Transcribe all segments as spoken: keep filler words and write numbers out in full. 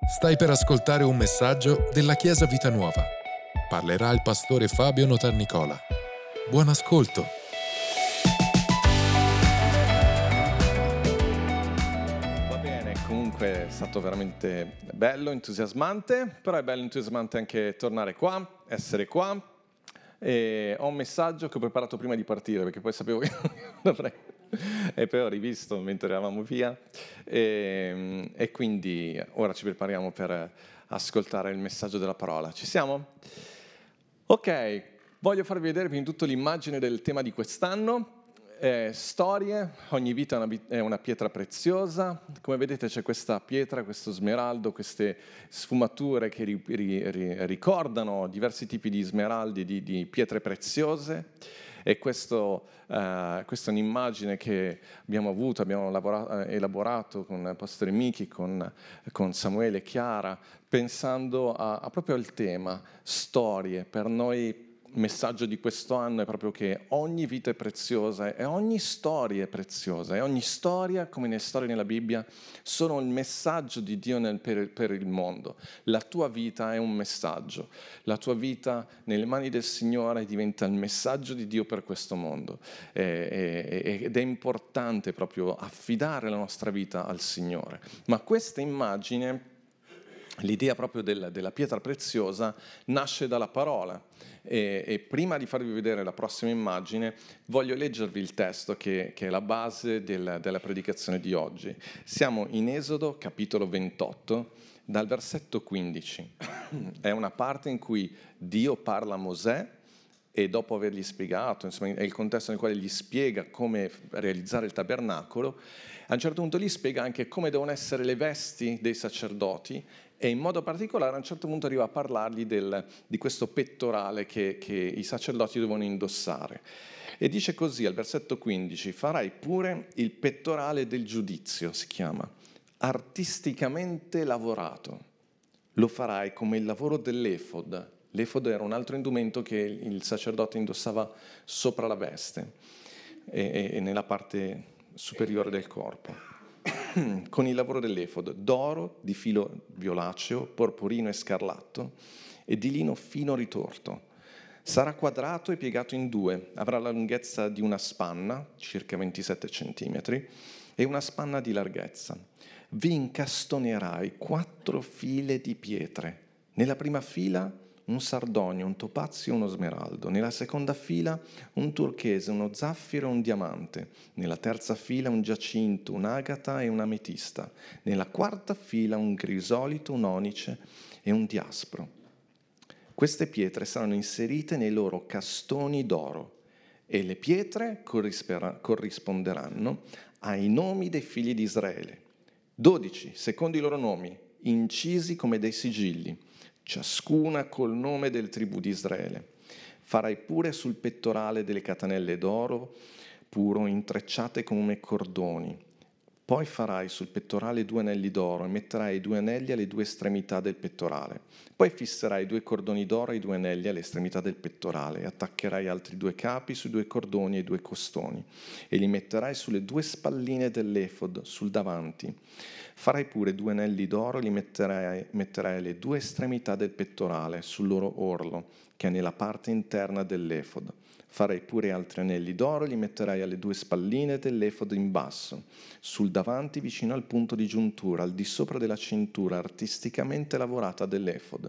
Stai per ascoltare un messaggio della Chiesa Vita Nuova. Parlerà il pastore Fabio Notarnicola. Buon ascolto. Va bene, comunque è stato veramente bello, entusiasmante, però è bello entusiasmante anche tornare qua, essere qua. E ho un messaggio che ho preparato prima di partire, perché poi sapevo che dovrei... E poi ho rivisto mentre eravamo via. E, e quindi ora ci prepariamo per ascoltare il messaggio della parola. Ci siamo? Ok, voglio farvi vedere prima di tutto l'immagine del tema di quest'anno. Eh, storie, ogni vita è una, è una pietra preziosa. Come vedete c'è questa pietra, questo smeraldo, queste sfumature che ri, ri, ri, ricordano diversi tipi di smeraldi, di, di pietre preziose. E questo, uh, questa è un'immagine che abbiamo avuto, abbiamo lavorato, elaborato con Pastore Michi, con, con Samuele e Chiara, pensando a, a proprio al tema storie. Per noi il messaggio di questo anno è proprio che ogni vita è preziosa e ogni storia è preziosa e ogni storia, come le storie nella Bibbia, sono il messaggio di Dio nel, per, per il mondo. La tua vita è un messaggio, la tua vita nelle mani del Signore diventa il messaggio di Dio per questo mondo e, e, ed è importante proprio affidare la nostra vita al Signore. Ma questa immagine, l'idea proprio del, della pietra preziosa, nasce dalla parola. E, e prima di farvi vedere la prossima immagine, voglio leggervi il testo che, che è la base del, della predicazione di oggi. Siamo in Esodo, capitolo ventotto, dal versetto quindici. È una parte in cui Dio parla a Mosè e dopo avergli spiegato, insomma, è il contesto nel quale gli spiega come realizzare il tabernacolo. A un certo punto gli spiega anche come devono essere le vesti dei sacerdoti e in modo particolare a un certo punto arriva a parlargli del, di questo pettorale che, che i sacerdoti devono indossare. E dice così al versetto quindici: farai pure il pettorale del giudizio, si chiama, artisticamente lavorato. Lo farai come il lavoro dell'efod. L'efod era un altro indumento che il sacerdote indossava sopra la veste e, e nella parte superiore del corpo. Con il lavoro dell'efod, d'oro, di filo violaceo, porporino e scarlatto e di lino fino ritorto. Sarà quadrato e piegato in due, avrà la lunghezza di una spanna, circa ventisette centimetri, e una spanna di larghezza. Vi incastonerai quattro file di pietre. Nella prima fila un sardonio, un topazio e uno smeraldo. Nella seconda fila un turchese, uno zaffiro e un diamante. Nella terza fila un giacinto, un'agata e un'ametista. Nella quarta fila un grisolito, un onice e un diaspro. Queste pietre saranno inserite nei loro castoni d'oro e le pietre corrisponderanno ai nomi dei figli di Israele. Dodici, secondo i loro nomi, incisi come dei sigilli, ciascuna col nome del tribù di Israele. Farai pure sul pettorale delle catenelle d'oro puro intrecciate come cordoni. Poi farai sul pettorale due anelli d'oro e metterai i due anelli alle due estremità del pettorale. Poi fisserai due cordoni d'oro e i due anelli alle estremità del pettorale e attaccherai altri due capi sui due cordoni e i due costoni e li metterai sulle due spalline dell'efod sul davanti. Farai pure due anelli d'oro e li metterai, metterai alle due estremità del pettorale sul loro orlo, che è nella parte interna dell'efod. Farai pure altri anelli d'oro e li metterai alle due spalline dell'efod in basso, sul davanti vicino al punto di giuntura, al di sopra della cintura artisticamente lavorata dell'efod.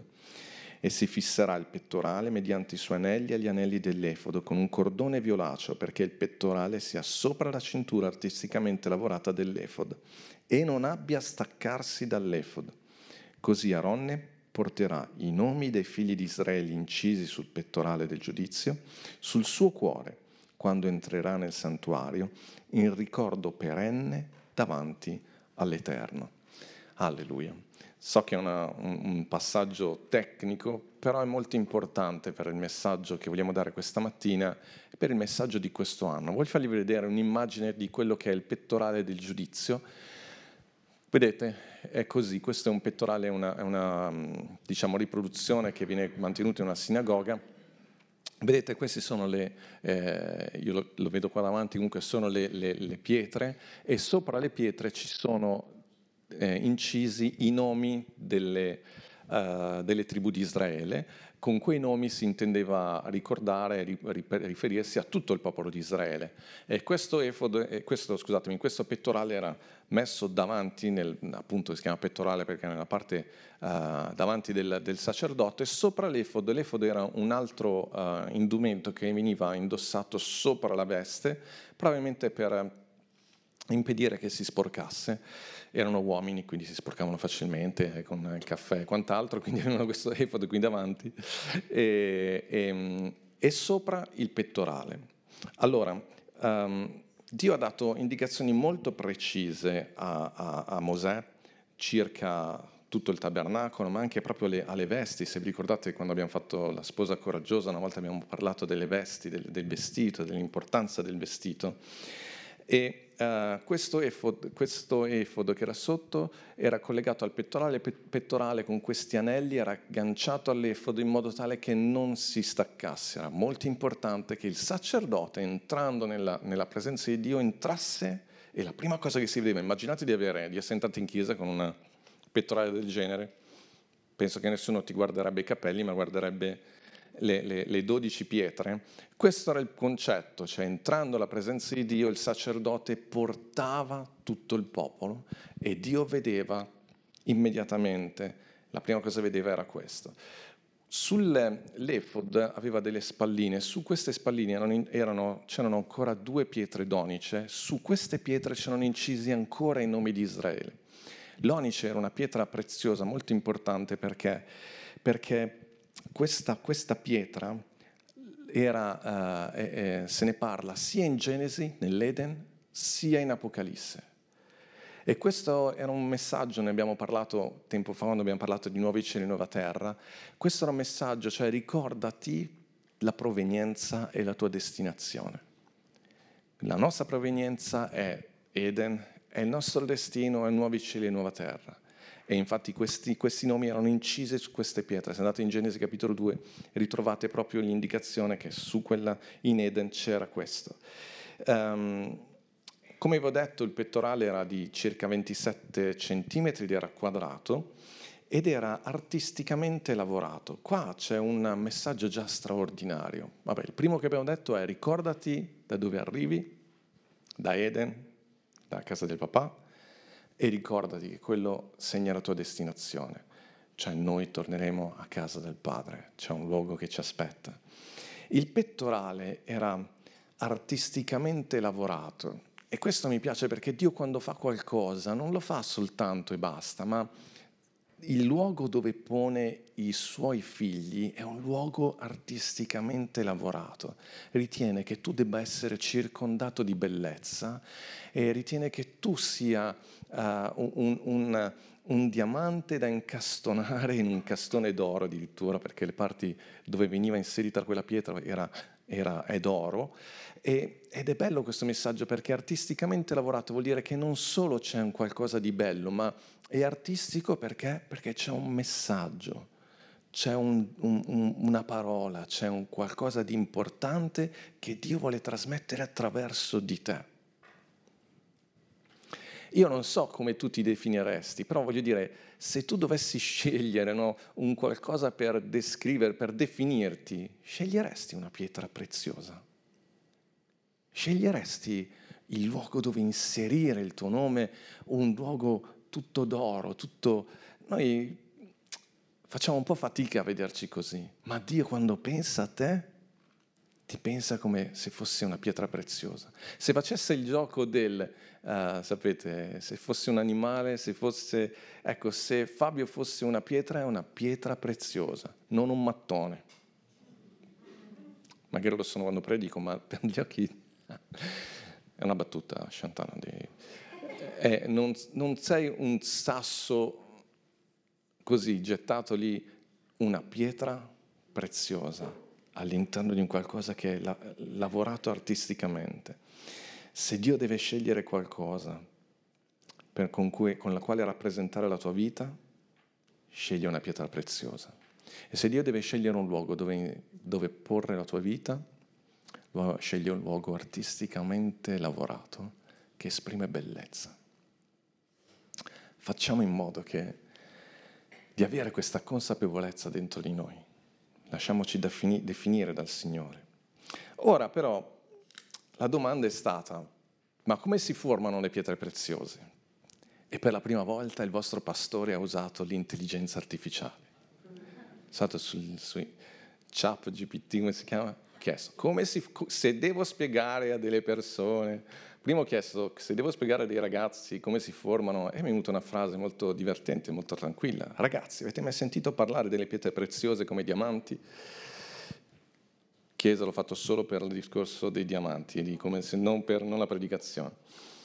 E si fisserà il pettorale mediante i suoi anelli agli anelli dell'efod con un cordone violaceo perché il pettorale sia sopra la cintura artisticamente lavorata dell'efod e non abbia a staccarsi dall'efod. Così Aronne porterà i nomi dei figli di Israele incisi sul pettorale del giudizio, sul suo cuore, quando entrerà nel santuario, in ricordo perenne davanti all'Eterno. Alleluia. So che è una, un, un passaggio tecnico, però è molto importante per il messaggio che vogliamo dare questa mattina e per il messaggio di questo anno. Voglio farvi vedere un'immagine di quello che è il pettorale del giudizio. Vedete, è così, questo è un pettorale, è una, è una diciamo, riproduzione che viene mantenuta in una sinagoga. Vedete, queste sono le, eh, io lo, lo vedo qua davanti, comunque sono le, le, le pietre, e sopra le pietre ci sono eh, incisi i nomi delle, uh, delle tribù di Israele. Con quei nomi si intendeva ricordare e riferirsi a tutto il popolo di Israele. E questo, efod, questo, scusatemi, questo pettorale era messo davanti, nel, appunto si chiama pettorale perché nella parte uh, davanti del, del sacerdote, sopra l'efod. L'efod era un altro uh, indumento che veniva indossato sopra la veste, probabilmente per impedire che si sporcasse. Erano uomini, quindi si sporcavano facilmente con il caffè e quant'altro, quindi avevano questo efod qui davanti, e, e, e sopra il pettorale. Allora, um, Dio ha dato indicazioni molto precise a, a, a Mosè circa tutto il tabernacolo, ma anche proprio le, alle vesti. Se vi ricordate, quando abbiamo fatto la sposa coraggiosa, una volta abbiamo parlato delle vesti, del, del vestito, dell'importanza del vestito. E uh, questo, efod, questo efod che era sotto era collegato al pettorale, pettorale con questi anelli, era agganciato all'efod in modo tale che non si staccasse. Era molto importante che il sacerdote, entrando nella, nella presenza di Dio, entrasse, e la prima cosa che si vedeva, immaginate di, avere, di essere entrati in chiesa con una pettorale del genere, penso che nessuno ti guarderebbe i capelli, ma guarderebbe Le, le, le dodici pietre. Questo era il concetto, cioè entrando alla presenza di Dio il sacerdote portava tutto il popolo e Dio vedeva immediatamente, la prima cosa che vedeva era questo. Sull'efod aveva delle spalline, su queste spalline erano, erano, c'erano ancora due pietre d'onice, su queste pietre c'erano incisi ancora i nomi di Israele. L'onice era una pietra preziosa, molto importante perché, perché Questa, questa pietra era, uh, eh, eh, se ne parla sia in Genesi, nell'Eden, sia in Apocalisse. E questo era un messaggio, ne abbiamo parlato tempo fa quando abbiamo parlato di nuovi cieli e nuova terra. Questo era un messaggio, cioè ricordati la provenienza e la tua destinazione. La nostra provenienza è Eden, è il nostro destino, è nuovi cieli e nuova terra. E infatti questi, questi nomi erano incisi su queste pietre. Se andate in Genesi capitolo due ritrovate proprio l'indicazione che su quella in Eden c'era questo. Um, come vi ho detto, il pettorale era di circa ventisette centimetri ed era quadrato ed era artisticamente lavorato. Qua c'è un messaggio già straordinario. Vabbè, il primo che abbiamo detto è: ricordati da dove arrivi, da Eden, da casa del papà, e ricordati che quello segna la tua destinazione, cioè noi torneremo a casa del Padre, c'è un luogo che ci aspetta. Il pettorale era artisticamente lavorato e questo mi piace perché Dio quando fa qualcosa non lo fa soltanto e basta, ma il luogo dove pone i suoi figli è un luogo artisticamente lavorato. Ritiene che tu debba essere circondato di bellezza e ritiene che tu sia uh, un, un, un diamante da incastonare in un castone d'oro addirittura, perché le parti dove veniva inserita quella pietra era, era, è d'oro. E, ed è bello questo messaggio perché artisticamente lavorato vuol dire che non solo c'è un qualcosa di bello, ma è artistico perché? Perché c'è un messaggio, c'è un, un, una parola, c'è un qualcosa di importante che Dio vuole trasmettere attraverso di te. Io non so come tu ti definiresti, però voglio dire, se tu dovessi scegliere, no, un qualcosa per descrivere, per definirti, sceglieresti una pietra preziosa? Sceglieresti il luogo dove inserire il tuo nome, un luogo tutto d'oro, tutto... Noi facciamo un po' fatica a vederci così, ma Dio quando pensa a te, ti pensa come se fosse una pietra preziosa. Se facesse il gioco del, uh, sapete, se fosse un animale, se fosse... Ecco, se Fabio fosse una pietra, è una pietra preziosa, non un mattone. Magari lo sono quando predico, ma per gli occhi... È una battuta, Chantal. Di... Eh, non, non sei un sasso così gettato lì, una pietra preziosa all'interno di un qualcosa che è la, lavorato artisticamente. Se Dio deve scegliere qualcosa per, con, cui, con la quale rappresentare la tua vita, sceglie una pietra preziosa. E se Dio deve scegliere un luogo dove, dove porre la tua vita, sceglie un luogo artisticamente lavorato che esprime bellezza. facciamo in modo che di avere questa consapevolezza dentro di noi. Lasciamoci defini- definire dal Signore. Ora però la domanda è stata, ma come si formano le pietre preziose? E per la prima volta il vostro pastore ha usato l'intelligenza artificiale. È stato su, su Chat G P T, come si chiama? Ho chiesto, come si, se devo spiegare a delle persone, prima ho chiesto se devo spiegare a dei ragazzi come si formano, e mi è venuta una frase molto divertente, molto tranquilla. Ragazzi, avete mai sentito parlare delle pietre preziose come diamanti? Chiesa l'ho fatto solo per il discorso dei diamanti, di come se non per non la predicazione.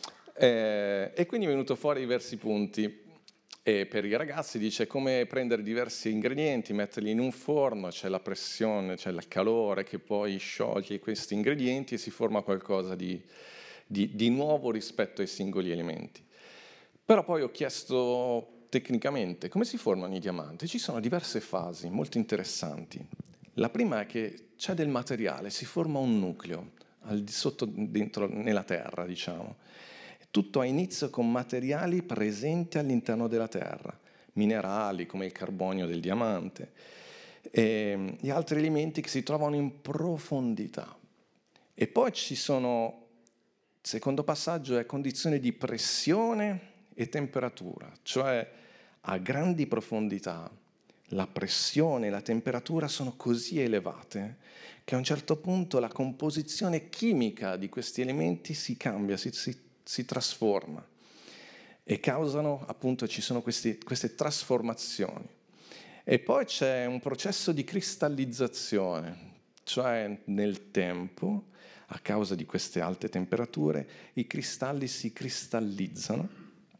Eh, e quindi è venuto fuori diversi punti. E per i ragazzi dice come prendere diversi ingredienti, metterli in un forno, c'è la pressione, c'è il calore che poi scioglie questi ingredienti e si forma qualcosa di, di, di nuovo rispetto ai singoli elementi. Però poi ho chiesto tecnicamente come si formano i diamanti. Ci sono diverse fasi molto interessanti. La prima è che c'è del materiale, si forma un nucleo al di sotto, dentro, nella terra, diciamo. Tutto ha inizio con materiali presenti all'interno della terra, minerali come il carbonio del diamante e, e altri elementi che si trovano in profondità. E poi ci sono, il secondo passaggio è condizioni di pressione e temperatura, cioè a grandi profondità la pressione e la temperatura sono così elevate che a un certo punto la composizione chimica di questi elementi si cambia, si, si si trasforma e causano, appunto, ci sono questi, queste trasformazioni. E poi c'è un processo di cristallizzazione, cioè nel tempo, a causa di queste alte temperature, i cristalli si cristallizzano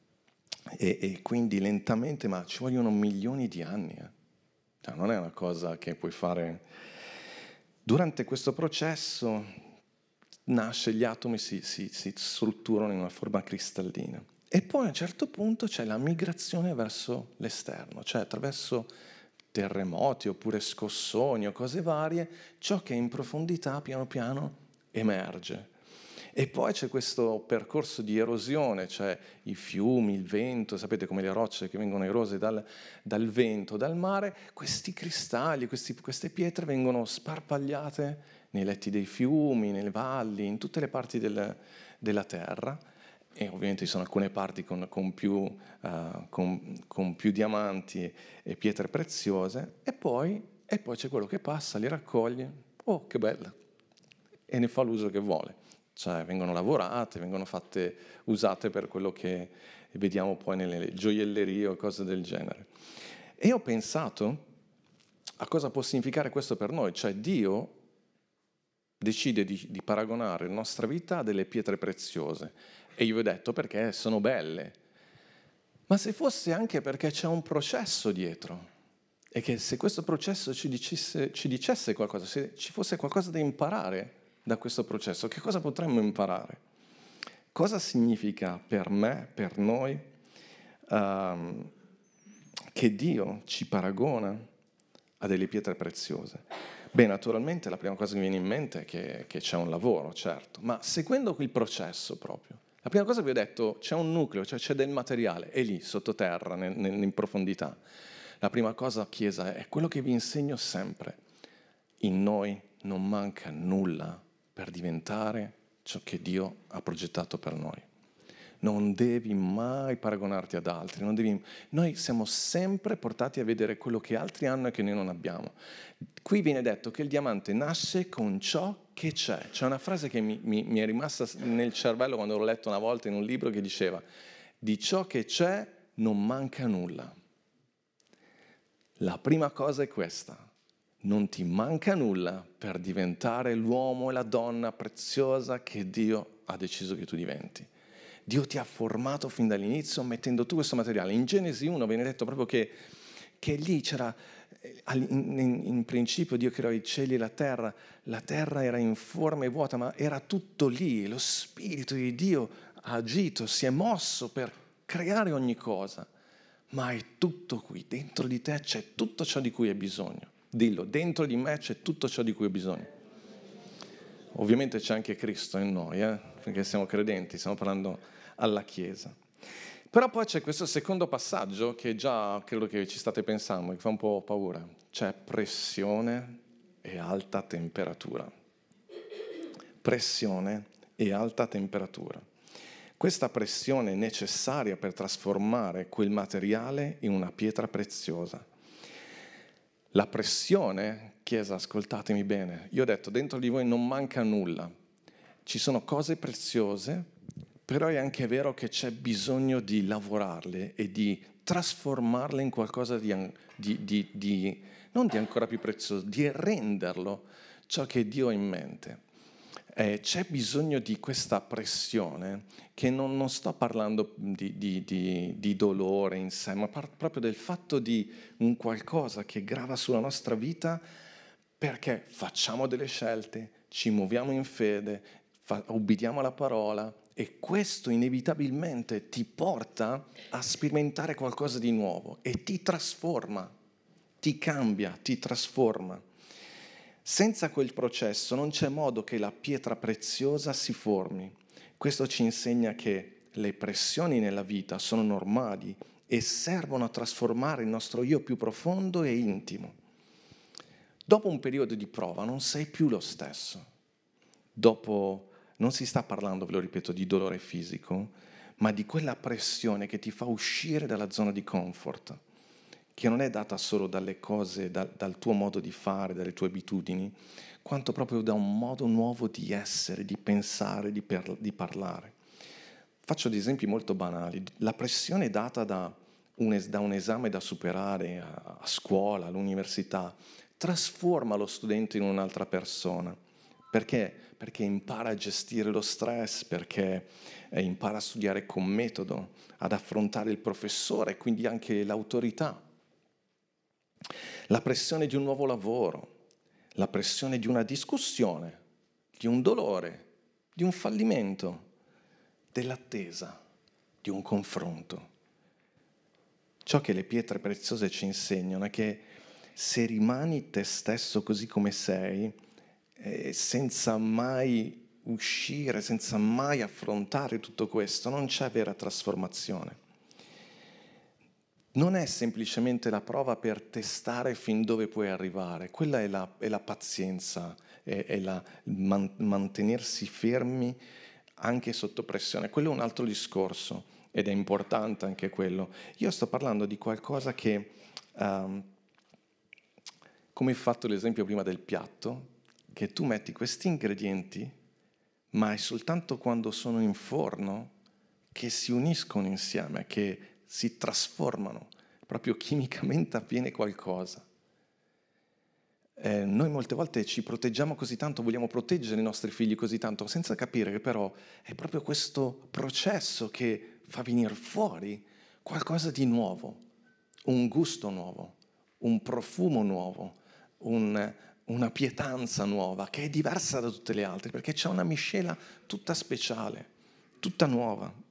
e, e quindi lentamente, ma ci vogliono milioni di anni. Eh. Cioè, non è una cosa che puoi fare. Durante questo processo nasce, gli atomi si, si, si strutturano in una forma cristallina. E poi a un certo punto c'è la migrazione verso l'esterno, cioè attraverso terremoti oppure scossoni o cose varie, ciò che è in profondità piano piano emerge. E poi c'è questo percorso di erosione, cioè i fiumi, il vento, sapete come le rocce che vengono erose dal, dal vento, dal mare, questi cristalli, questi, queste pietre vengono sparpagliate nei letti dei fiumi, nelle valli, in tutte le parti del, della terra, e ovviamente ci sono alcune parti con, con, più, uh, con, con più diamanti e pietre preziose, e poi, e poi c'è quello che passa, li raccoglie, oh che bella, e ne fa l'uso che vuole, cioè vengono lavorate, vengono fatte, usate per quello che vediamo poi nelle gioiellerie o cose del genere. E io ho pensato a cosa può significare questo per noi, cioè Dio decide di, di paragonare la nostra vita a delle pietre preziose. E io vi ho detto perché sono belle. Ma se fosse anche perché c'è un processo dietro, e che se questo processo ci dicesse, ci dicesse qualcosa, se ci fosse qualcosa da imparare da questo processo, che cosa potremmo imparare? Cosa significa per me, per noi, um, che Dio ci paragona a delle pietre preziose? Beh, naturalmente la prima cosa che mi viene in mente è che, che c'è un lavoro, certo, ma seguendo quel processo proprio. La prima cosa vi ho detto, c'è un nucleo, cioè c'è del materiale, è lì, sottoterra, nel, nel, in profondità. La prima cosa, Chiesa, è quello che vi insegno sempre. In noi non manca nulla per diventare ciò che Dio ha progettato per noi. Non devi mai paragonarti ad altri, non devi... noi siamo sempre portati a vedere quello che altri hanno e che noi non abbiamo. Qui viene detto che il diamante nasce con ciò che c'è. C'è una frase che mi, mi, mi è rimasta nel cervello quando l'ho letto una volta in un libro che diceva: di ciò che c'è non manca nulla. La prima cosa è questa: non ti manca nulla per diventare l'uomo e la donna preziosa che Dio ha deciso che tu diventi. Dio ti ha formato fin dall'inizio mettendo tu questo materiale. In Genesi uno viene detto proprio che, che lì c'era, in, in, in principio Dio creò i cieli e la terra, la terra era informe e vuota, ma era tutto lì, lo Spirito di Dio ha agito, si è mosso per creare ogni cosa, ma è tutto qui, dentro di te c'è tutto ciò di cui hai bisogno. Dillo, dentro di me c'è tutto ciò di cui ho bisogno. Ovviamente c'è anche Cristo in noi, eh? Perché siamo credenti, stiamo parlando alla Chiesa. Però poi c'è questo secondo passaggio che già credo che ci state pensando, che fa un po' paura. C'è pressione e alta temperatura. Pressione e alta temperatura. Questa pressione è necessaria per trasformare quel materiale in una pietra preziosa. La pressione, Chiesa, ascoltatemi bene, io ho detto, dentro di voi non manca nulla. Ci sono cose preziose, però è anche vero che c'è bisogno di lavorarle e di trasformarle in qualcosa di, di, di, di non di ancora più prezioso, di renderlo ciò che Dio ha in mente. Eh, c'è bisogno di questa pressione, che non, non sto parlando di, di, di, di dolore in sé, ma par- proprio del fatto di un qualcosa che grava sulla nostra vita perché facciamo delle scelte, ci muoviamo in fede, fa- ubbidiamo la parola e questo inevitabilmente ti porta a sperimentare qualcosa di nuovo e ti trasforma, ti cambia, ti trasforma. Senza quel processo non c'è modo che la pietra preziosa si formi. Questo ci insegna che le pressioni nella vita sono normali e servono a trasformare il nostro io più profondo e intimo. Dopo un periodo di prova non sei più lo stesso. Dopo, non si sta parlando, ve lo ripeto, di dolore fisico, ma di quella pressione che ti fa uscire dalla zona di comfort, che non è data solo dalle cose, da, dal tuo modo di fare, dalle tue abitudini, quanto proprio da un modo nuovo di essere, di pensare, di, per, di parlare. Faccio degli esempi molto banali. La pressione data da un, es, da un esame da superare a, a scuola, all'università, trasforma lo studente in un'altra persona. Perché? Perché impara a gestire lo stress, perché eh, impara a studiare con metodo, ad affrontare il professore e quindi anche l'autorità. La pressione di un nuovo lavoro, la pressione di una discussione, di un dolore, di un fallimento, dell'attesa, di un confronto. Ciò che le pietre preziose ci insegnano è che se rimani te stesso così come sei, eh, senza mai uscire, senza mai affrontare tutto questo, non c'è vera trasformazione. Non è semplicemente la prova per testare fin dove puoi arrivare, quella è la, è la pazienza, è, è la man, mantenersi fermi anche sotto pressione. Quello è un altro discorso ed è importante anche quello. Io sto parlando di qualcosa che, um, come ho fatto l'esempio prima del piatto, che tu metti questi ingredienti, ma è soltanto quando sono in forno che si uniscono insieme, che si trasformano, proprio chimicamente avviene qualcosa. Eh, noi molte volte ci proteggiamo così tanto, vogliamo proteggere i nostri figli così tanto, senza capire che però è proprio questo processo che fa venire fuori qualcosa di nuovo, un gusto nuovo, un profumo nuovo, un, una pietanza nuova, che è diversa da tutte le altre, perché c'è una miscela tutta speciale, tutta nuova.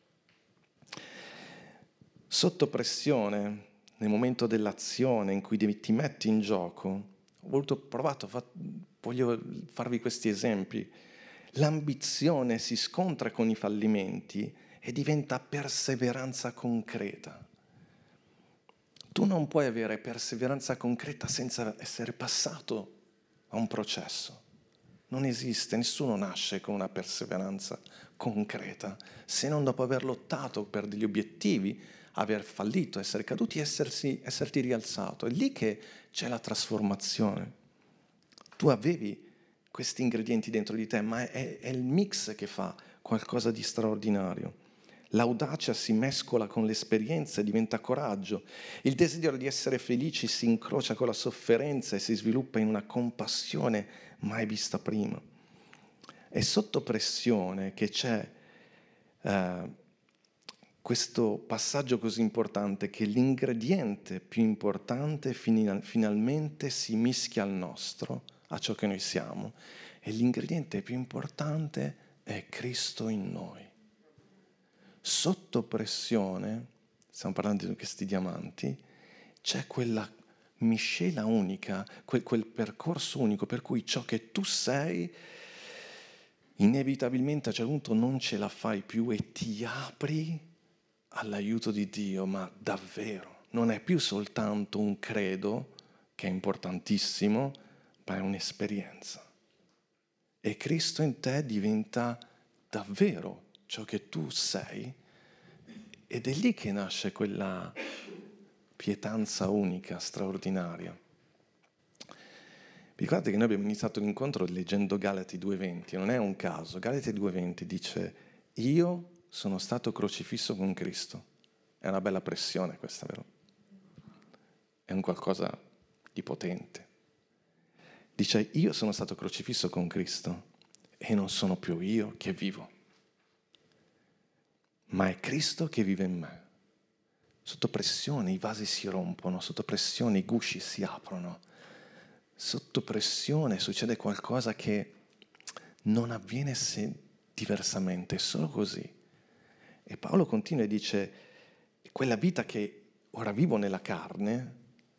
Sotto pressione, nel momento dell'azione in cui ti metti in gioco, ho voluto provato, voglio farvi questi esempi. L'ambizione si scontra con i fallimenti e diventa perseveranza concreta. Tu non puoi avere perseveranza concreta senza essere passato a un processo. Non esiste, nessuno nasce con una perseveranza concreta, se non dopo aver lottato per degli obiettivi, aver fallito, essere caduti e essersi, esserti rialzato. È lì che c'è la trasformazione. Tu avevi questi ingredienti dentro di te, ma è, è il mix che fa qualcosa di straordinario. L'audacia si mescola con l'esperienza e diventa coraggio. Il desiderio di essere felici si incrocia con la sofferenza e si sviluppa in una compassione mai vista prima. È sotto pressione che c'è eh, questo passaggio così importante, che l'ingrediente più importante final, finalmente si mischia al nostro, a ciò che noi siamo, e l'ingrediente più importante è Cristo in noi. Sotto pressione, stiamo parlando di questi diamanti, c'è quella miscela unica, quel, quel percorso unico per cui ciò che tu sei inevitabilmente a un certo punto non ce la fai più e ti apri all'aiuto di Dio, ma davvero, non è più soltanto un credo, che è importantissimo, ma è un'esperienza. E Cristo in te diventa davvero ciò che tu sei, ed è lì che nasce quella pietanza unica, straordinaria. Vi ricordate che noi abbiamo iniziato l'incontro leggendo Galati due venti, non è un caso. Galati due venti dice: io sono stato crocifisso con Cristo. È una bella pressione questa, vero? È un qualcosa di potente. Dice: io sono stato crocifisso con Cristo e non sono più io che vivo, ma è Cristo che vive in me. Sotto pressione i vasi si rompono, sotto pressione i gusci si aprono, sotto pressione succede qualcosa che non avviene se diversamente, è solo così. E Paolo continua e dice: quella vita che ora vivo nella carne,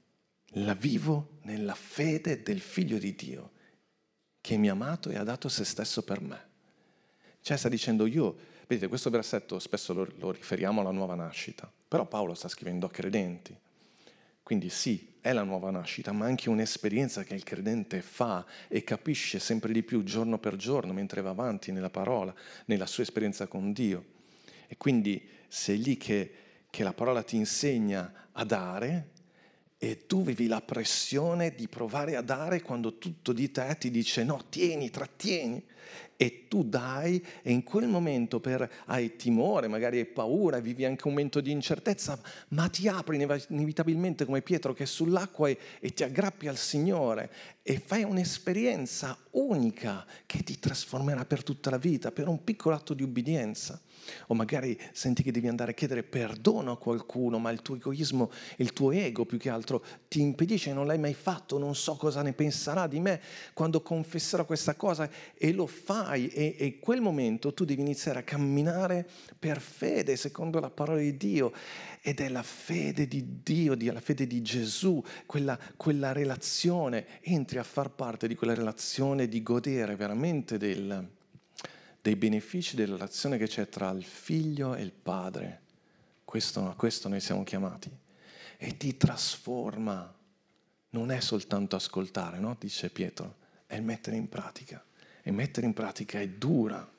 la vivo nella fede del Figlio di Dio, che mi ha amato e ha dato se stesso per me. Cioè sta dicendo io, vedete, questo versetto spesso lo, lo riferiamo alla nuova nascita, però Paolo sta scrivendo a credenti. Quindi sì, è la nuova nascita, ma anche un'esperienza che il credente fa e capisce sempre di più giorno per giorno mentre va avanti nella parola, nella sua esperienza con Dio. E quindi sei lì che, che la parola ti insegna a dare e tu vivi la pressione di provare a dare quando tutto di te ti dice no, tieni, trattieni. E tu dai e in quel momento per, hai timore, magari hai paura, vivi anche un momento di incertezza, ma ti apri inevitabilmente come Pietro che è sull'acqua e, e ti aggrappi al Signore e fai un'esperienza unica che ti trasformerà per tutta la vita, per un piccolo atto di ubbidienza. O magari senti che devi andare a chiedere perdono a qualcuno, ma il tuo egoismo, il tuo ego più che altro ti impedisce, non l'hai mai fatto, non so cosa ne penserà di me quando confesserò questa cosa, e lo fai e, e in quel momento tu devi iniziare a camminare per fede secondo la parola di Dio, ed è la fede di Dio, la fede di Gesù, quella, quella relazione, entri a far parte di quella relazione, di godere veramente del dei benefici della relazione che c'è tra il figlio e il padre. Questo, a questo noi siamo chiamati. E ti trasforma. Non è soltanto ascoltare, no? Dice Pietro, è il mettere in pratica. E mettere in pratica è dura.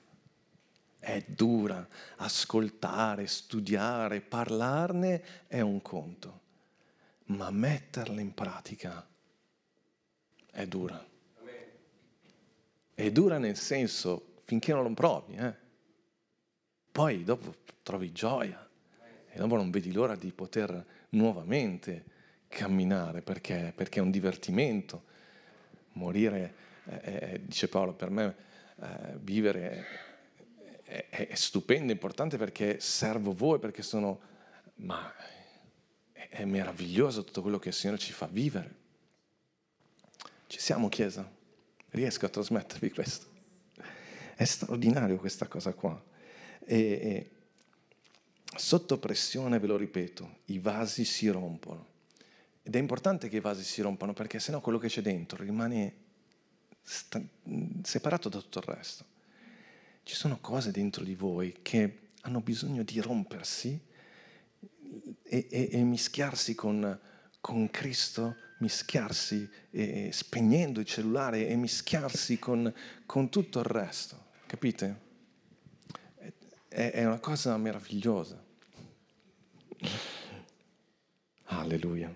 È dura. Ascoltare, studiare, parlarne è un conto. Ma metterla in pratica è dura. È dura nel senso finché non lo provi, eh. Poi dopo trovi gioia e dopo non vedi l'ora di poter nuovamente camminare perché, perché è un divertimento. Morire, eh, dice Paolo, per me eh, vivere è, è, è stupendo, è importante perché servo voi, perché sono, ma è, è meraviglioso tutto quello che il Signore ci fa vivere. Ci siamo, Chiesa? Riesco a trasmettervi questo? È straordinario questa cosa qua. E, e, sotto pressione, ve lo ripeto, i vasi si rompono. Ed è importante che i vasi si rompano perché sennò quello che c'è dentro rimane sta- separato da tutto il resto. Ci sono cose dentro di voi che hanno bisogno di rompersi e, e, e mischiarsi con, con Cristo, mischiarsi e, spegnendo il cellulare e mischiarsi con, con tutto il resto. Capite? È, è una cosa meravigliosa. Alleluia.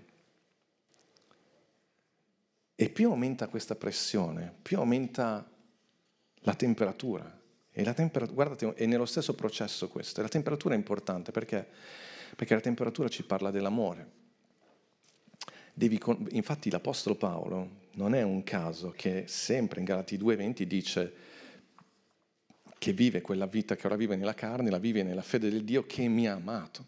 E più aumenta questa pressione, più aumenta la temperatura. E la temperatura, guardate, è nello stesso processo questo. E la temperatura è importante perché, perché la temperatura ci parla dell'amore. Devi, infatti l'Apostolo Paolo non è un caso che sempre in Galati due venti dice che vive quella vita che ora vive nella carne, la vive nella fede del Dio che mi ha amato.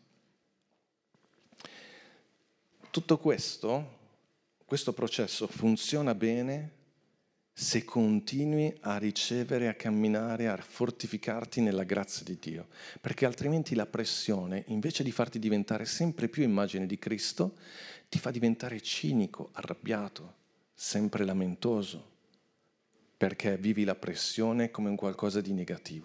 Tutto questo, questo processo funziona bene se continui a ricevere, a camminare, a fortificarti nella grazia di Dio, perché altrimenti la pressione, invece di farti diventare sempre più immagine di Cristo, ti fa diventare cinico, arrabbiato, sempre lamentoso, perché vivi la pressione come un qualcosa di negativo.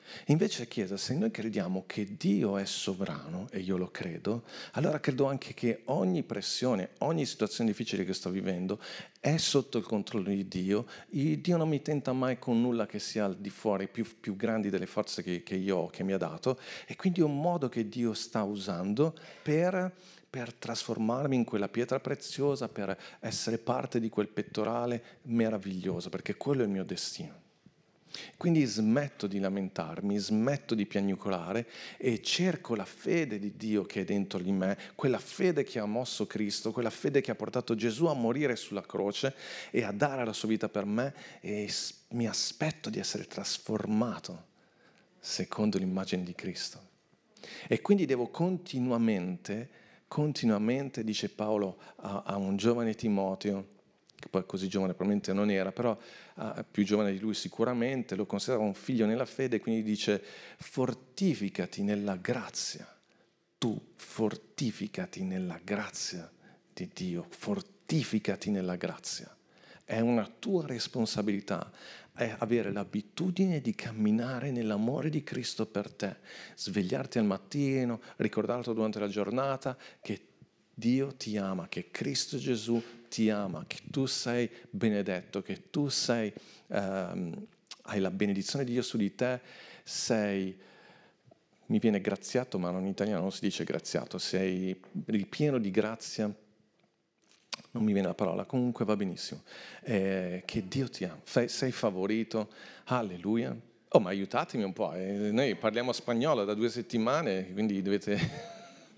Invece, Chiesa, se noi crediamo che Dio è sovrano, e io lo credo, allora credo anche che ogni pressione, ogni situazione difficile che sto vivendo è sotto il controllo di Dio. Dio non mi tenta mai con nulla che sia al di fuori, più, più grandi delle forze che, che io ho, che mi ha dato, e quindi è un modo che Dio sta usando per, per trasformarmi in quella pietra preziosa, per essere parte di quel pettorale meraviglioso, perché quello è il mio destino. Quindi smetto di lamentarmi, smetto di piagnucolare e cerco la fede di Dio che è dentro di me, quella fede che ha mosso Cristo, quella fede che ha portato Gesù a morire sulla croce e a dare la sua vita per me, e mi aspetto di essere trasformato secondo l'immagine di Cristo. E quindi devo continuamente, continuamente, dice Paolo a, a un giovane Timoteo, che poi così giovane probabilmente non era, però uh, più giovane di lui sicuramente, lo considera un figlio nella fede, quindi dice: fortificati nella grazia, tu fortificati nella grazia di Dio, fortificati nella grazia. È una tua responsabilità, è avere l'abitudine di camminare nell'amore di Cristo per te, svegliarti al mattino, ricordarlo durante la giornata che Dio ti ama, che Cristo Gesù ti ama, che tu sei benedetto, che tu sei, ehm, hai la benedizione di Dio su di te, sei, mi viene graziato, ma in italiano non si dice graziato, sei ripieno di grazia, non mi viene la parola, comunque va benissimo, eh, che Dio ti ama, sei, sei favorito, alleluia. Oh, ma aiutatemi un po', eh. Noi parliamo spagnolo da due settimane, quindi dovete...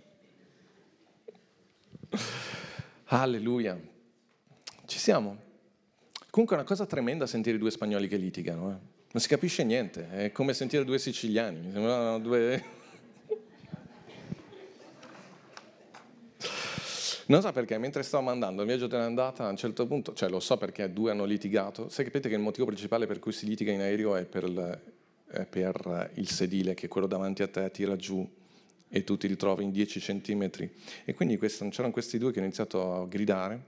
Alleluia. Ci siamo? Comunque è una cosa tremenda sentire due spagnoli che litigano, eh? Non si capisce niente, è come sentire due siciliani, mi sembrano due... Non so perché, mentre stavo mandando il viaggio dell'andata, a un certo punto, cioè lo so perché due hanno litigato, sai, capite che il motivo principale per cui si litiga in aereo è per il, è per il sedile, che quello davanti a te tira giù e tu ti ritrovi in dieci centimetri. E quindi questo, c'erano questi due che hanno iniziato a gridare,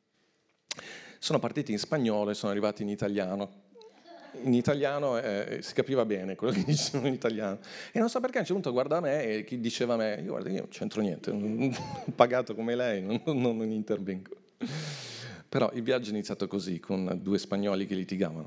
sono partiti in spagnolo e sono arrivati in italiano. In italiano eh, si capiva bene quello che dicevano in italiano. E non so perché a un certo punto guarda me e chi diceva a me, io guarda, io non c'entro niente, non, ho pagato come lei, non, non, non intervengo. Però il viaggio è iniziato così, con due spagnoli che litigavano.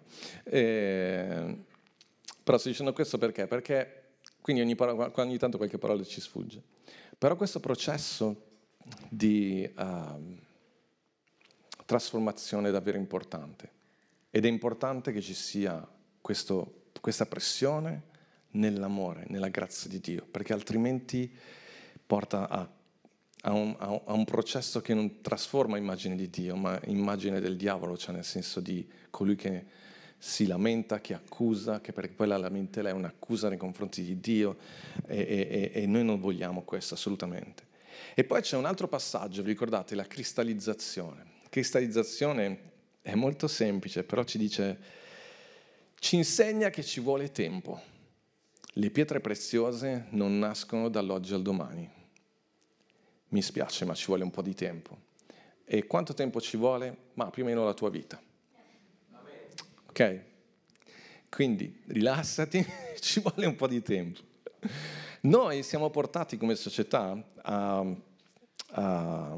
E, però sto dicendo questo perché? Perché quindi ogni, parola, ogni tanto qualche parola ci sfugge. Però questo processo di uh, trasformazione è davvero importante. Ed è importante che ci sia questo, questa pressione nell'amore, nella grazia di Dio, perché altrimenti porta a, a, un, a un processo che non trasforma immagine di Dio, ma immagine del diavolo, cioè nel senso di colui che si lamenta, che accusa, che perché poi la lamentela è un'accusa nei confronti di Dio, e, e, e noi non vogliamo questo assolutamente. E poi c'è un altro passaggio, vi ricordate, la cristallizzazione. Cristallizzazione è molto semplice, però ci dice, ci insegna che ci vuole tempo. Le pietre preziose non nascono dall'oggi al domani. Mi spiace, ma ci vuole un po' di tempo. E quanto tempo ci vuole? Ma più o meno la tua vita. Ok? Quindi rilassati, ci vuole un po' di tempo. Noi siamo portati come società a, a,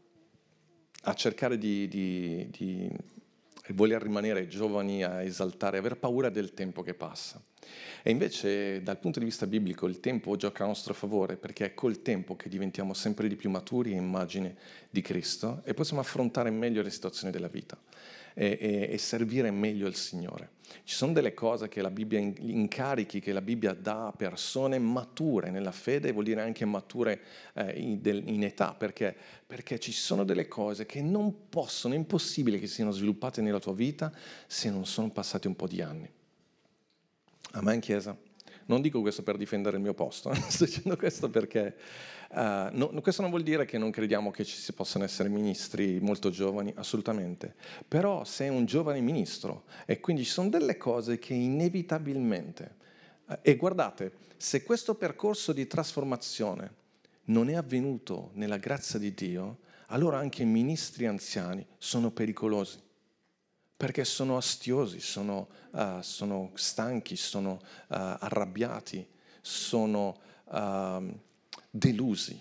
a cercare di, di, di voler rimanere giovani, a esaltare, aver paura del tempo che passa. E invece dal punto di vista biblico il tempo gioca a nostro favore, perché è col tempo che diventiamo sempre di più maturi a immagine di Cristo e possiamo affrontare meglio le situazioni della vita e, e, e servire meglio il Signore. Ci sono delle cose che la Bibbia, incarichi che la Bibbia dà a persone mature nella fede, vuol dire anche mature eh, in, del, in età, perché? Perché ci sono delle cose che non possono, è impossibile che siano sviluppate nella tua vita se non sono passati un po' di anni. Amen, Chiesa? Non dico questo per difendere il mio posto, sto dicendo questo perché uh, no, questo non vuol dire che non crediamo che ci si possano essere ministri molto giovani, assolutamente. Però sei un giovane ministro e quindi ci sono delle cose che inevitabilmente, uh, e guardate, se questo percorso di trasformazione non è avvenuto nella grazia di Dio, allora anche i ministri anziani sono pericolosi. perché sono astiosi, sono, uh, sono stanchi, sono uh, arrabbiati, sono uh, delusi.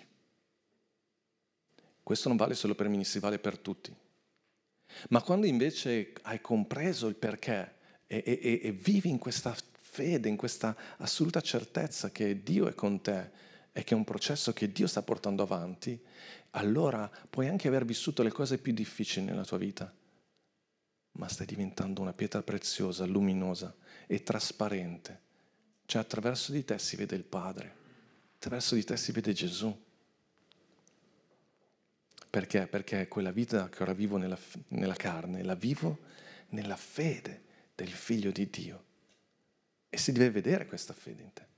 Questo non vale solo per i ministri, vale per tutti. Ma quando invece hai compreso il perché e, e, e vivi in questa fede, in questa assoluta certezza che Dio è con te e che è un processo che Dio sta portando avanti, allora puoi anche aver vissuto le cose più difficili nella tua vita, ma stai diventando una pietra preziosa, luminosa e trasparente. Cioè attraverso di te si vede il Padre, attraverso di te si vede Gesù. Perché? Perché quella vita che ora vivo nella, nella carne, la vivo nella fede del Figlio di Dio. E si deve vedere questa fede in te.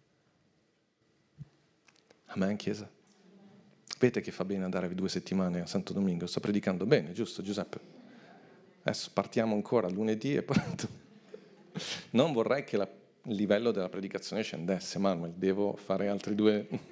Amen, Chiesa? Vedete che fa bene andare due settimane a Santo Domingo? Sto predicando bene, giusto Giuseppe? Adesso partiamo ancora lunedì e poi... Non vorrei che la, il livello della predicazione scendesse, Manuel, devo fare altri due...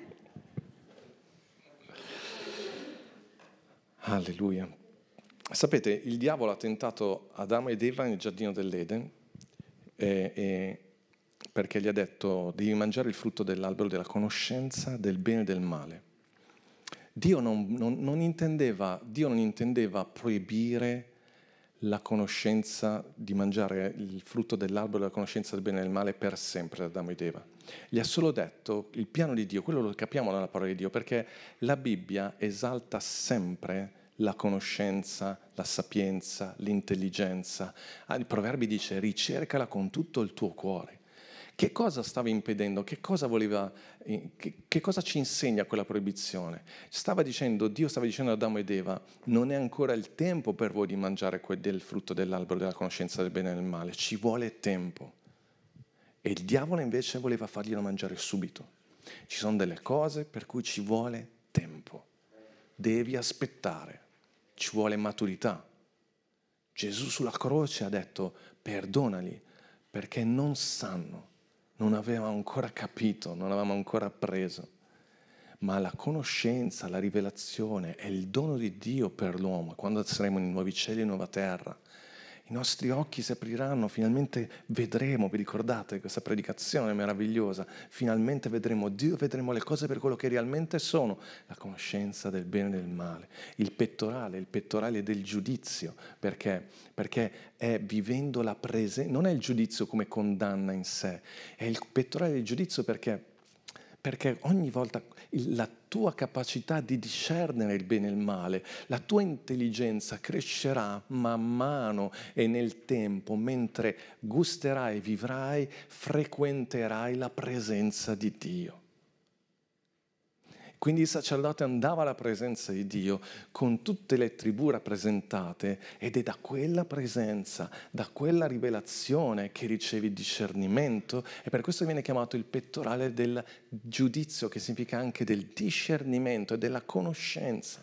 Alleluia. Sapete, il diavolo ha tentato Adamo ed Eva nel giardino dell'Eden e, e perché gli ha detto devi mangiare il frutto dell'albero della conoscenza del bene e del male. Dio non, non, non intendeva, Dio non intendeva proibire la conoscenza di mangiare il frutto dell'albero della conoscenza del bene e del male per sempre ad Adamo ed Eva. Gli ha solo detto il piano di Dio, quello lo capiamo nella parola di Dio, perché la Bibbia esalta sempre la conoscenza, la sapienza, l'intelligenza. Il Proverbi dice ricercala con tutto il tuo cuore. Che cosa stava impedendo? Che cosa voleva, che, che cosa ci insegna quella proibizione? Stava dicendo, Dio stava dicendo ad Adamo ed Eva, non è ancora il tempo per voi di mangiare quel del frutto dell'albero della conoscenza del bene e del male, ci vuole tempo. E il diavolo invece voleva farglielo mangiare subito. Ci sono delle cose per cui ci vuole tempo. Devi aspettare. Ci vuole maturità. Gesù sulla croce ha detto perdonali perché non sanno, non avevamo ancora capito, non avevamo ancora appreso. Ma la conoscenza, la rivelazione è il dono di Dio per l'uomo. Quando saremo in nuovi cieli e nuova terra, i nostri occhi si apriranno, finalmente vedremo, vi ricordate questa predicazione meravigliosa, finalmente vedremo Dio, vedremo le cose per quello che realmente sono, la conoscenza del bene e del male, il pettorale, il pettorale del giudizio, perché? Perché è vivendo la presenza, non è il giudizio come condanna in sé, è il pettorale del giudizio perché Perché ogni volta la tua capacità di discernere il bene e il male, la tua intelligenza crescerà man mano e nel tempo, mentre gusterai, vivrai, frequenterai la presenza di Dio. Quindi il sacerdote andava alla presenza di Dio con tutte le tribù rappresentate ed è da quella presenza, da quella rivelazione che ricevi discernimento e per questo viene chiamato il pettorale del giudizio, che significa anche del discernimento e della conoscenza.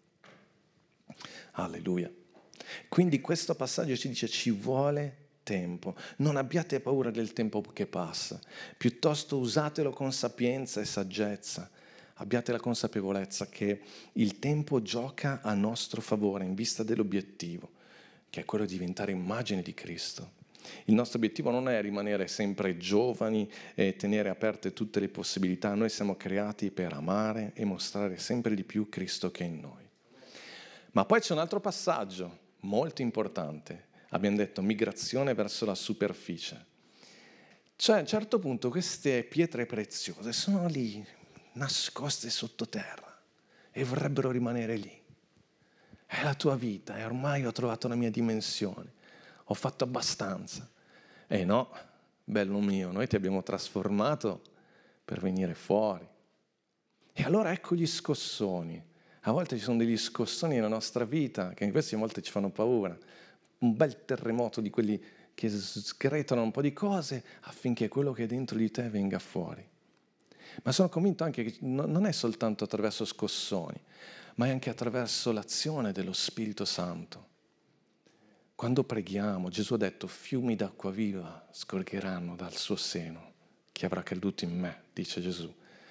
Alleluia. Quindi questo passaggio ci dice ci vuole tempo, non abbiate paura del tempo che passa, piuttosto usatelo con sapienza e saggezza. Abbiate la consapevolezza che il tempo gioca a nostro favore in vista dell'obiettivo, che è quello di diventare immagine di Cristo. Il nostro obiettivo non è rimanere sempre giovani e tenere aperte tutte le possibilità. Noi siamo creati per amare e mostrare sempre di più Cristo che è in noi. Ma poi c'è un altro passaggio molto importante. Abbiamo detto migrazione verso la superficie. Cioè a un certo punto queste pietre preziose sono lì, nascoste sottoterra e vorrebbero rimanere lì. È la tua vita e ormai ho trovato la mia dimensione, ho fatto abbastanza. E no, bello mio, noi ti abbiamo trasformato per venire fuori. E allora ecco gli scossoni. A volte ci sono degli scossoni nella nostra vita che in queste volte ci fanno paura. Un bel terremoto di quelli che sgretolano un po' di cose affinché quello che è dentro di te venga fuori. Ma sono convinto anche che non è soltanto attraverso scossoni, ma è anche attraverso l'azione dello Spirito Santo. Quando preghiamo, Gesù ha detto, fiumi d'acqua viva scorgeranno dal suo seno. Chi avrà creduto in me, dice Gesù.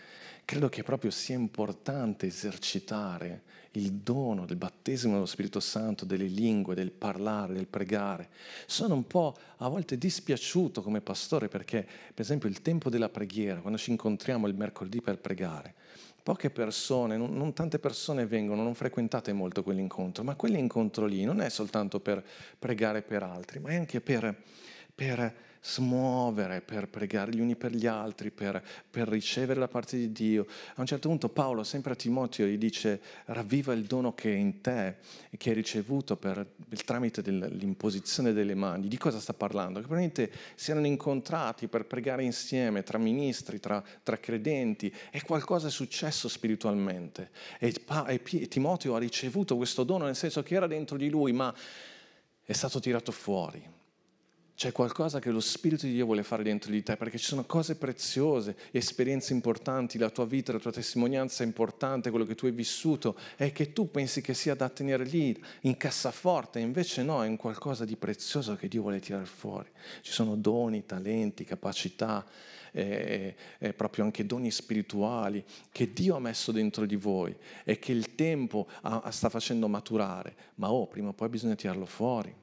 credo che proprio sia importante esercitare il dono del battesimo dello Spirito Santo, delle lingue, del parlare, del pregare. Sono un po' a volte dispiaciuto come pastore perché, per esempio, il tempo della preghiera, quando ci incontriamo il mercoledì per pregare, poche persone, non, non tante persone vengono, non frequentate molto quell'incontro, ma quell'incontro lì non è soltanto per pregare per altri, ma è anche per, per smuovere, per pregare gli uni per gli altri, per, per ricevere da parte di Dio. A un certo punto Paolo, sempre a Timoteo, gli dice: ravviva il dono che è in te e che hai ricevuto per il tramite dell'imposizione delle mani. Di cosa sta parlando? Che probabilmente si erano incontrati per pregare insieme, tra ministri, tra, tra credenti, e qualcosa è successo spiritualmente. E, e Timoteo ha ricevuto questo dono, nel senso che era dentro di lui, ma è stato tirato fuori. C'è qualcosa che lo Spirito di Dio vuole fare dentro di te, perché ci sono cose preziose, esperienze importanti, la tua vita, la tua testimonianza è importante, quello che tu hai vissuto, e che tu pensi che sia da tenere lì in cassaforte, invece no, è un qualcosa di prezioso che Dio vuole tirare fuori. Ci sono doni, talenti, capacità, eh, eh, proprio anche doni spirituali che Dio ha messo dentro di voi e che il tempo ha, sta facendo maturare, ma oh, prima o poi bisogna tirarlo fuori.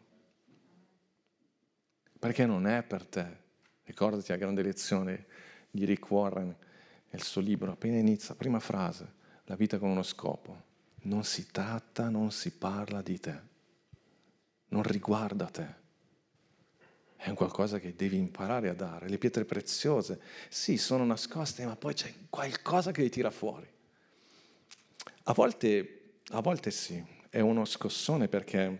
Perché non è per te. Ricordati la grande lezione di Rick Warren nel suo libro, appena inizia, prima frase, la vita con uno scopo. Non si tratta, non si parla di te, non riguarda te. È un qualcosa che devi imparare a dare. Le pietre preziose, sì, sono nascoste, ma poi c'è qualcosa che li tira fuori. A volte, a volte sì, è uno scossone perché...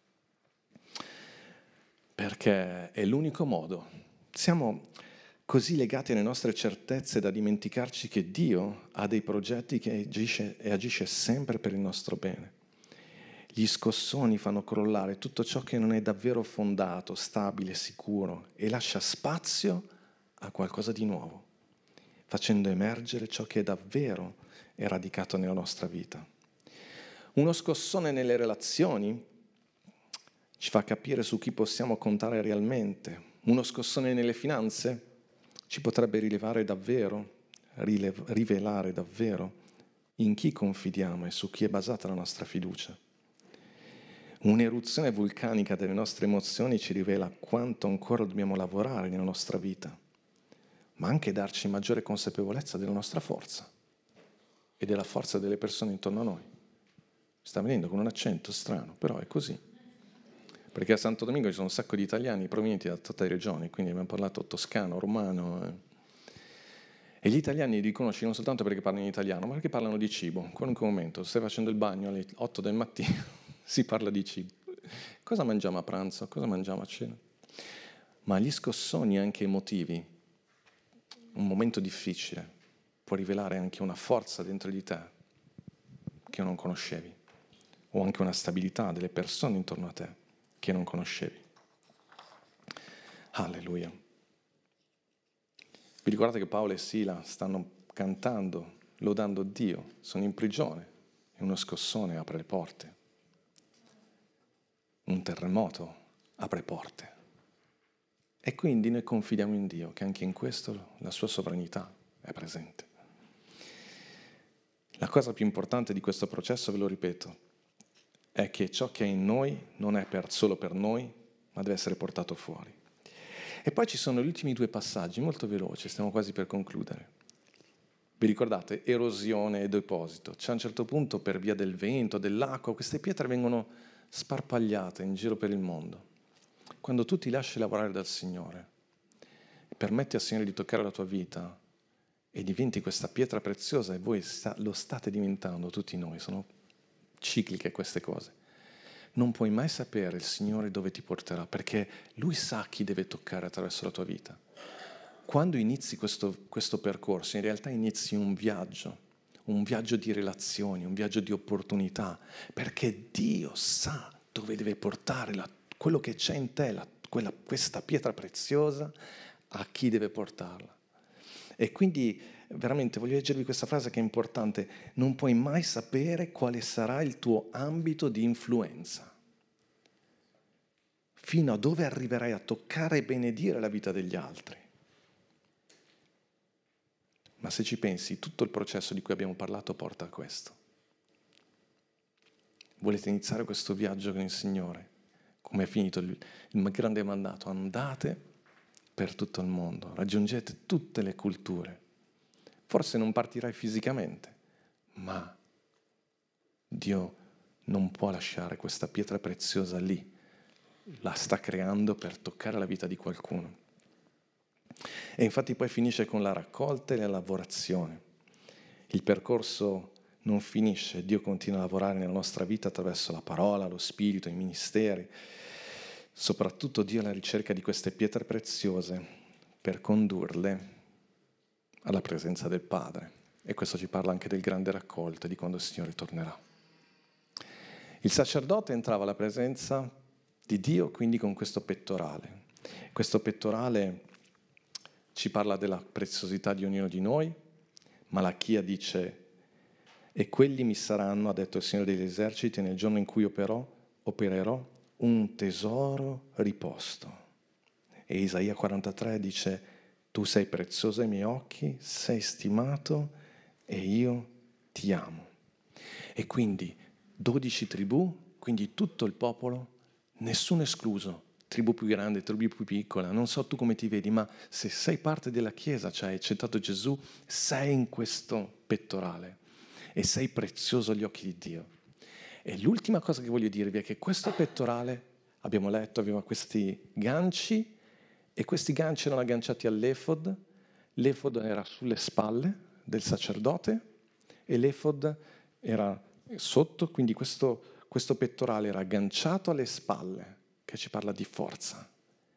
perché è l'unico modo. Siamo così legati alle nostre certezze da dimenticarci che Dio ha dei progetti che agisce e agisce sempre per il nostro bene. Gli scossoni fanno crollare tutto ciò che non è davvero fondato, stabile, sicuro e lascia spazio a qualcosa di nuovo, facendo emergere ciò che è davvero è radicato nella nostra vita. Uno scossone nelle relazioni ci fa capire su chi possiamo contare realmente. Uno scossone nelle finanze ci potrebbe rilevare davvero, rilev- rivelare davvero in chi confidiamo e su chi è basata la nostra fiducia. Un'eruzione vulcanica delle nostre emozioni ci rivela quanto ancora dobbiamo lavorare nella nostra vita, ma anche darci maggiore consapevolezza della nostra forza e della forza delle persone intorno a noi. Sta venendo con un accento strano, però è così. Perché a Santo Domingo ci sono un sacco di italiani provenienti da tutte le regioni, quindi abbiamo parlato toscano, romano. Eh. E gli italiani li riconosci non soltanto perché parlano in italiano, ma perché parlano di cibo. In qualunque momento, stai facendo il bagno alle otto del mattino, si parla di cibo. Cosa mangiamo a pranzo? Cosa mangiamo a cena? Ma gli scossoni anche emotivi, un momento difficile, può rivelare anche una forza dentro di te che non conoscevi, o anche una stabilità delle persone intorno a te che non conoscevi. Alleluia. Vi ricordate che Paolo e Sila stanno cantando, lodando Dio, sono in prigione e uno scossone apre le porte. Un terremoto apre porte. E quindi noi confidiamo in Dio, che anche in questo la sua sovranità è presente. La cosa più importante di questo processo, ve lo ripeto, è che ciò che è in noi non è per, solo per noi, ma deve essere portato fuori. E poi ci sono gli ultimi due passaggi, molto veloci, stiamo quasi per concludere. Vi ricordate? Erosione e deposito. C'è a un certo punto, per via del vento, dell'acqua, queste pietre vengono sparpagliate in giro per il mondo. Quando tu ti lasci lavorare dal Signore, permetti al Signore di toccare la tua vita e diventi questa pietra preziosa, e voi sta, lo state diventando, tutti noi, sono cicliche queste cose. Non puoi mai sapere il Signore dove ti porterà, perché Lui sa chi deve toccare attraverso la tua vita. Quando inizi questo, questo percorso, in realtà inizi un viaggio, un viaggio di relazioni, un viaggio di opportunità, perché Dio sa dove deve portare la, quello che c'è in te, la, quella, questa pietra preziosa, a chi deve portarla. E quindi veramente voglio leggervi questa frase che è importante: non puoi mai sapere quale sarà il tuo ambito di influenza, fino a dove arriverai a toccare e benedire la vita degli altri. Ma se ci pensi, tutto il processo di cui abbiamo parlato porta a questo. Volete iniziare questo viaggio con il Signore? Come è finito il, il grande mandato? Andate per tutto il mondo, raggiungete tutte le culture. Forse non partirai fisicamente, ma Dio non può lasciare questa pietra preziosa lì. La sta creando per toccare la vita di qualcuno. E infatti poi finisce con la raccolta e la lavorazione. Il percorso non finisce, Dio continua a lavorare nella nostra vita attraverso la parola, lo spirito, i ministeri. Soprattutto Dio è alla ricerca di queste pietre preziose per condurle alla presenza del Padre. E questo ci parla anche del grande raccolto, di quando il Signore tornerà. Il sacerdote entrava alla presenza di Dio quindi con questo pettorale. Questo pettorale ci parla della preziosità di ognuno di noi. Malachia dice: e quelli mi saranno, ha detto il Signore degli eserciti, nel giorno in cui operò, opererò un tesoro riposto. E Isaia quarantatré dice: tu sei prezioso ai miei occhi, sei stimato e io ti amo. E quindi dodici tribù, quindi tutto il popolo, nessuno escluso, tribù più grande, tribù più piccola, non so tu come ti vedi, ma se sei parte della Chiesa, cioè hai accettato Gesù, sei in questo pettorale e sei prezioso agli occhi di Dio. E l'ultima cosa che voglio dirvi è che questo pettorale, abbiamo letto, aveva questi ganci e questi ganci erano agganciati all'efod, l'efod era sulle spalle del sacerdote e l'efod era sotto, quindi questo, questo pettorale era agganciato alle spalle, che ci parla di forza,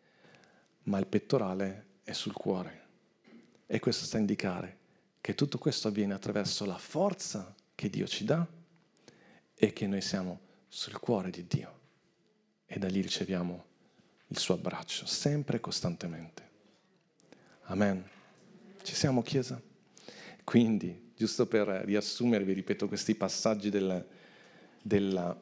ma il pettorale è sul cuore e questo sta a indicare che tutto questo avviene attraverso la forza che Dio ci dà e che noi siamo sul cuore di Dio e da lì riceviamo il suo abbraccio sempre e costantemente. Amen. Ci siamo, Chiesa? Quindi, giusto per riassumere, vi ripeto questi passaggi del, della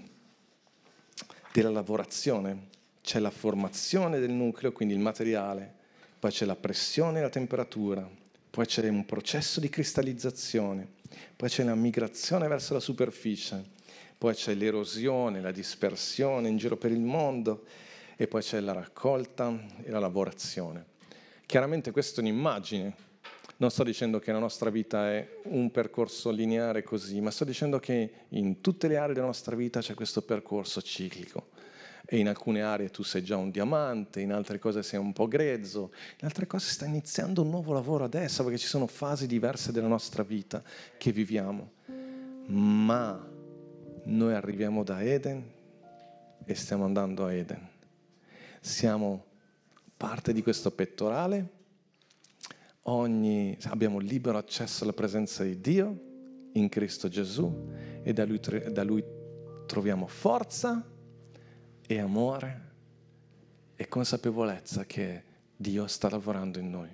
della lavorazione. C'è la formazione del nucleo, quindi il materiale, poi c'è la pressione e la temperatura, poi c'è un processo di cristallizzazione, poi c'è la migrazione verso la superficie, poi c'è l'erosione, la dispersione in giro per il mondo e poi c'è la raccolta e la lavorazione. Chiaramente questa è un'immagine, non sto dicendo che la nostra vita è un percorso lineare così, ma sto dicendo che in tutte le aree della nostra vita c'è questo percorso ciclico. E in alcune aree tu sei già un diamante, in altre cose sei un po' grezzo, in altre cose sta iniziando un nuovo lavoro adesso, perché ci sono fasi diverse della nostra vita che viviamo. Ma noi arriviamo da Eden e stiamo andando a Eden. Siamo parte di questo pettorale. Ogni, abbiamo libero accesso alla presenza di Dio in Cristo Gesù e da lui, da lui troviamo forza e amore e consapevolezza che Dio sta lavorando in noi.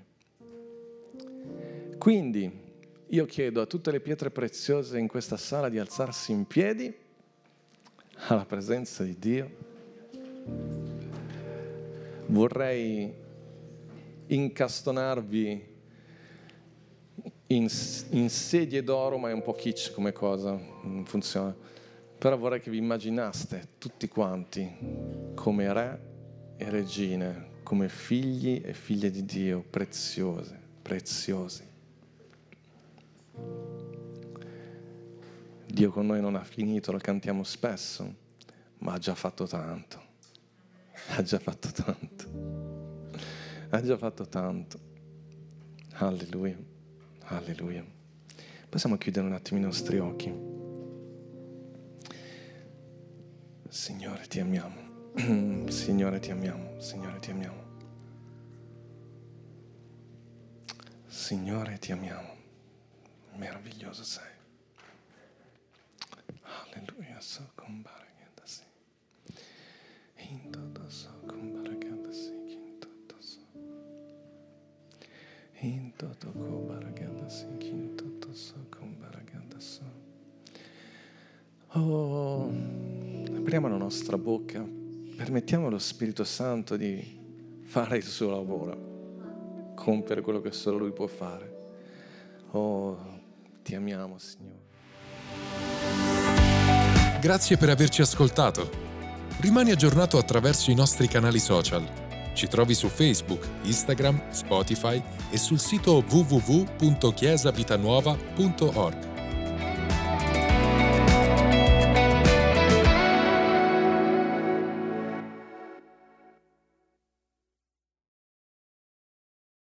Quindi io chiedo a tutte le pietre preziose in questa sala di alzarsi in piedi alla presenza di Dio. Vorrei incastonarvi In, in sedie d'oro, ma è un po' kitsch come cosa, non funziona. Però vorrei che vi immaginaste tutti quanti come re e regine, come figli e figlie di Dio, preziose, preziosi. Dio con noi non ha finito, lo cantiamo spesso, ma ha già fatto tanto. Ha già fatto tanto. Ha già fatto tanto. Alleluia. Alleluia. Possiamo chiudere un attimo i nostri occhi. Signore, ti amiamo. Signore, ti amiamo. Signore, ti amiamo. Signore, ti amiamo. Meraviglioso sei. Alleluia. So combaraganda si. In toto so combaraganda si. In toto so. In toto combaraganda si. In toto so combaraganda so. Oh, apriamo la nostra bocca, permettiamo allo Spirito Santo di fare il suo lavoro, compiere quello che solo Lui può fare. Oh, ti amiamo, Signore. Grazie per averci ascoltato. Rimani aggiornato attraverso i nostri canali social. Ci trovi su Facebook, Instagram, Spotify e sul sito w w w punto chiesa vitanuova punto org.